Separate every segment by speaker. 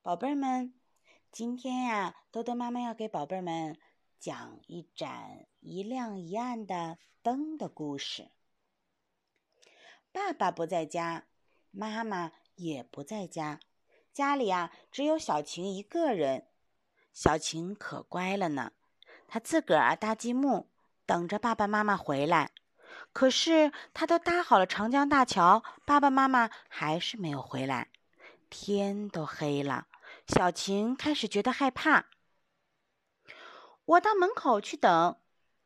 Speaker 1: 宝贝儿们，今天呀，豆豆妈妈要给宝贝儿们讲一盏一亮一暗的灯的故事。爸爸不在家，妈妈也不在家，家里只有小晴一个人。小晴可乖了呢，她自个儿搭积木，等着爸爸妈妈回来。可是她都搭好了长江大桥，爸爸妈妈还是没有回来。天都黑了，小晴开始觉得害怕。我到门口去等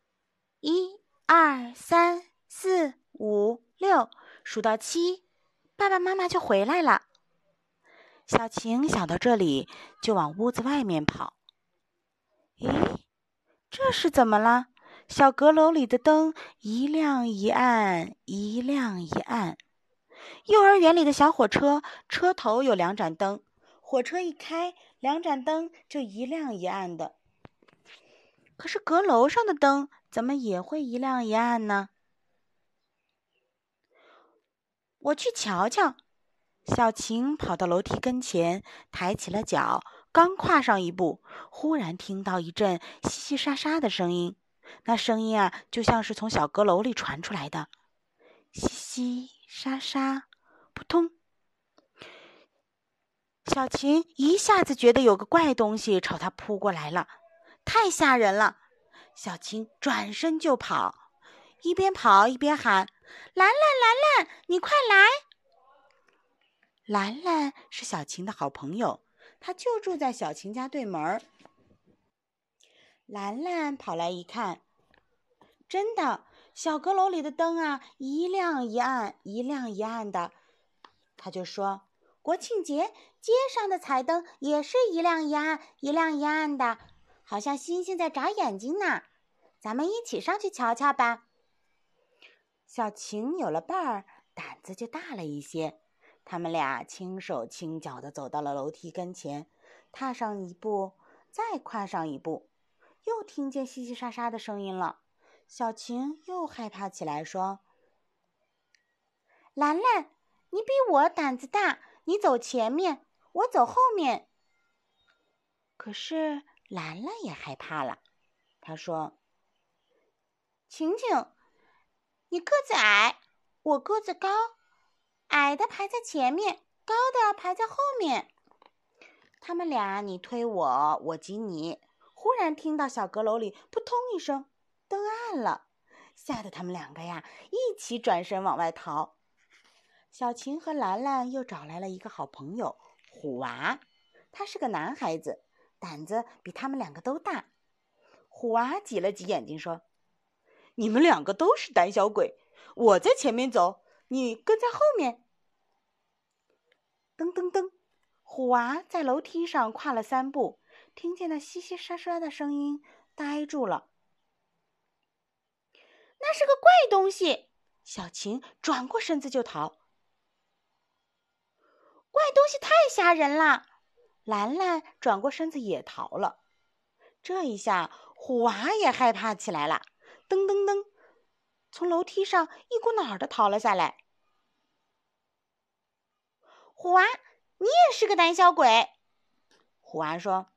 Speaker 1: ，1、2、3、4、5、6，数到7，爸爸妈妈就回来了。小晴想到这里，就往屋子外面跑。咦，这是怎么了？小阁楼里的灯一亮一暗，一亮一暗。幼儿园里的小火车，车头有2盏灯，火车一开，2盏灯就一亮一暗的。可是阁楼上的灯怎么也会一亮一暗呢？我去瞧瞧。小晴跑到楼梯跟前，抬起了脚，刚跨上一步，忽然听到一阵淅淅沙沙的声音。那声音就像是从小阁楼里传出来的，淅淅沙沙，扑通。小晴一下子觉得有个怪东西朝她扑过来了，太吓人了。小晴转身就跑，一边跑一边喊：兰兰，兰兰，你快来！兰兰是小晴的好朋友，她就住在小晴家对门。兰兰跑来一看，真的，小阁楼里的灯一亮一暗，一亮一暗的。她就说：国庆节，街上的彩灯也是一亮一暗，一亮一暗的，好像星星在眨眼睛呢。咱们一起上去瞧瞧吧。小晴有了伴儿，胆子就大了一些。他们俩轻手轻脚地走到了楼梯跟前，踏上一步，再跨上一步，又听见淅淅沙沙的声音了。小晴又害怕起来，说：兰兰，你比我胆子大，你走前面，我走后面。可是兰兰也害怕了，她说：晴晴，你个子矮，我个子高，矮的排在前面，高的排在后面。他们俩你推我，我挤你。忽然听到小阁楼里扑通一声，灯暗了，吓得他们两个一起转身往外逃。小晴和兰兰又找来了一个好朋友虎娃，他是个男孩子，胆子比他们两个都大。虎娃挤了挤眼睛说：你们两个都是胆小鬼，我在前面走，你跟在后面。噔噔噔，虎娃在楼梯上跨了3步，听见那淅淅沙沙的声音，呆住了。那是个怪东西，小晴转过身子就逃。怪东西太吓人了，兰兰转过身子也逃了。这一下，虎娃也害怕起来了，噔噔噔，从楼梯上一股脑的逃了下来。虎娃，你也是个胆小鬼。虎娃说：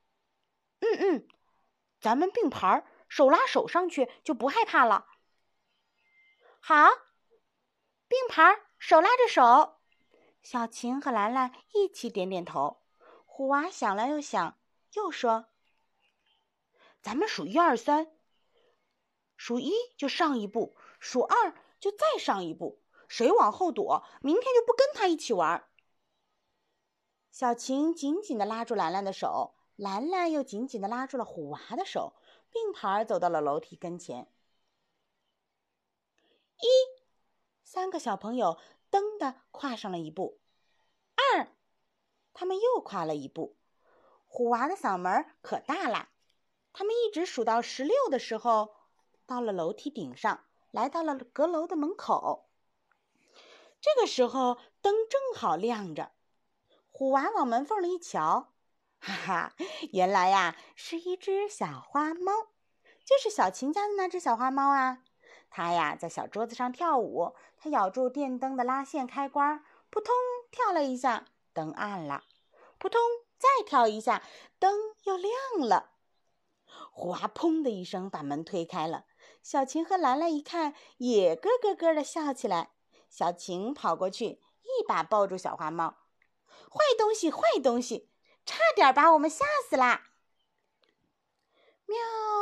Speaker 1: 咱们并排，手拉手上去就不害怕了。好，并排，手拉着手。小晴和兰兰一起点点头。虎娃想了又想，又说：咱们数1、2、3，数1就上一步，数2就再上一步，谁往后躲，明天就不跟他一起玩。小晴紧紧地拉住兰兰的手，兰兰又紧紧地拉住了虎娃的手，并排走到了楼梯跟前。3个小朋友噔地跨上了一步，2，他们又跨了一步。虎娃的嗓门可大了，他们一直数到16的时候，到了楼梯顶上，来到了阁楼的门口。这个时候灯正好亮着，虎娃往门缝里一瞧，哈哈，原来是一只小花猫，就是小晴家的那只小花猫它在小桌子上跳舞，它咬住电灯的拉线开关，扑通跳了一下，灯暗了，扑通再跳一下，灯又亮了。哗砰的一声，把门推开了。小晴和兰兰一看，也咯咯咯地笑起来。小晴跑过去，一把抱住小花猫。坏东西，坏东西，差点把我们吓死啦！喵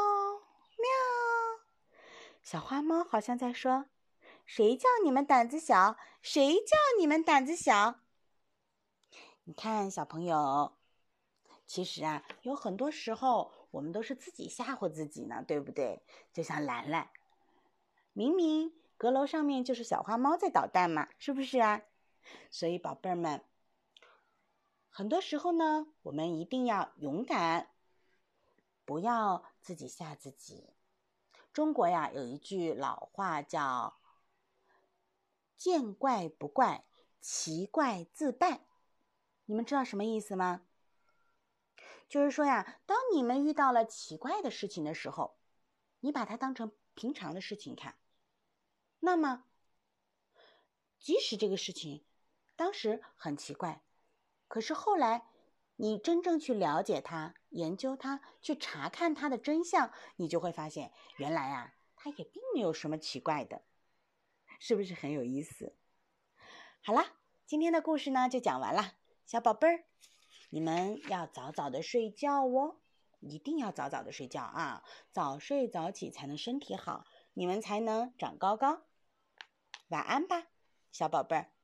Speaker 1: 喵，小花猫好像在说：“谁叫你们胆子小？谁叫你们胆子小？”你看，小朋友，其实啊，有很多时候我们都是自己吓唬自己呢，对不对？就像兰兰，明明阁楼上面就是小花猫在捣蛋嘛，是不是啊？所以宝贝儿们，很多时候呢，我们一定要勇敢，不要自己吓自己。中国呀有一句老话叫“见怪不怪，奇怪自办”，你们知道什么意思吗？就是说呀，当你们遇到了奇怪的事情的时候，你把它当成平常的事情看，那么即使这个事情当时很奇怪，可是后来你真正去了解它、研究它、去查看它的真相，你就会发现，原来啊，它也并没有什么奇怪的，是不是很有意思？好啦，今天的故事呢就讲完了，小宝贝儿，你们要早早的睡觉哦，一定要早早的睡觉啊，早睡早起才能身体好，你们才能长高高。晚安吧，小宝贝儿。